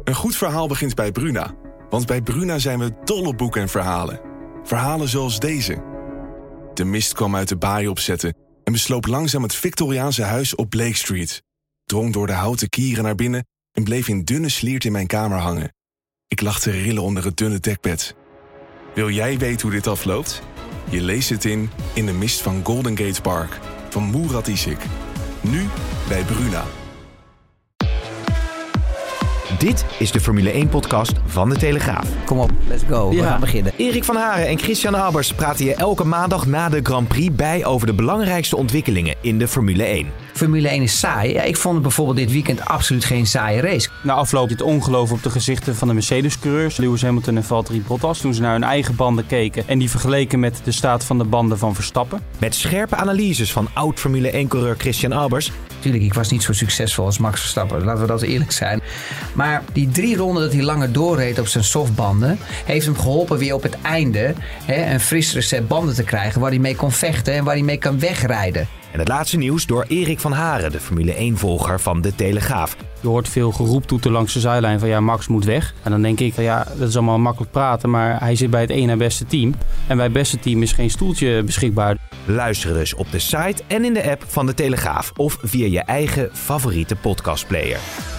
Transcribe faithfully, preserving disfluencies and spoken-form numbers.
Een goed verhaal begint bij Bruna. Want bij Bruna zijn we dol op boeken en verhalen. Verhalen zoals deze. De mist kwam uit de baai opzetten en besloop langzaam het Victoriaanse huis op Blake Street. Drong door de houten kieren naar binnen en bleef in dunne sliert in mijn kamer hangen. Ik lag te rillen onder het dunne dekbed. Wil jij weten hoe dit afloopt? Je leest het in In de mist van Golden Gate Park van Murat Isik. Nu bij Bruna. Dit is de Formule één-podcast van De Telegraaf. Kom op, let's go. Ja. We gaan beginnen. Erik van Haren en Christian Albers praten je elke maandag na de Grand Prix bij over de belangrijkste ontwikkelingen in de Formule één. Formule één is saai. Ja, ik vond het bijvoorbeeld dit weekend absoluut geen saaie race. Na afloop het ongeloof op de gezichten van de Mercedes-coureurs, Lewis Hamilton en Valtteri Bottas, toen ze naar hun eigen banden keken en die vergeleken met de staat van de banden van Verstappen. Met scherpe analyses van oud-Formule één-coureur Christian Albers. Tuurlijk, ik was niet zo succesvol als Max Verstappen. Laten we dat eerlijk zijn. Maar die drie ronden dat hij langer doorreed op zijn softbanden, heeft hem geholpen weer op het einde hè, een frissere set banden te krijgen waar hij mee kon vechten en waar hij mee kan wegrijden. En het laatste nieuws door Erik van Haren, de Formule één-volger van De Telegraaf. Je hoort veel geroeptoeten langs de zijlijn van ja, Max moet weg. En dan denk ik van ja, dat is allemaal makkelijk praten, maar hij zit bij het één na beste team. En bij het beste team is geen stoeltje beschikbaar. Luister dus op de site en in de app van De Telegraaf of via je eigen favoriete podcastplayer.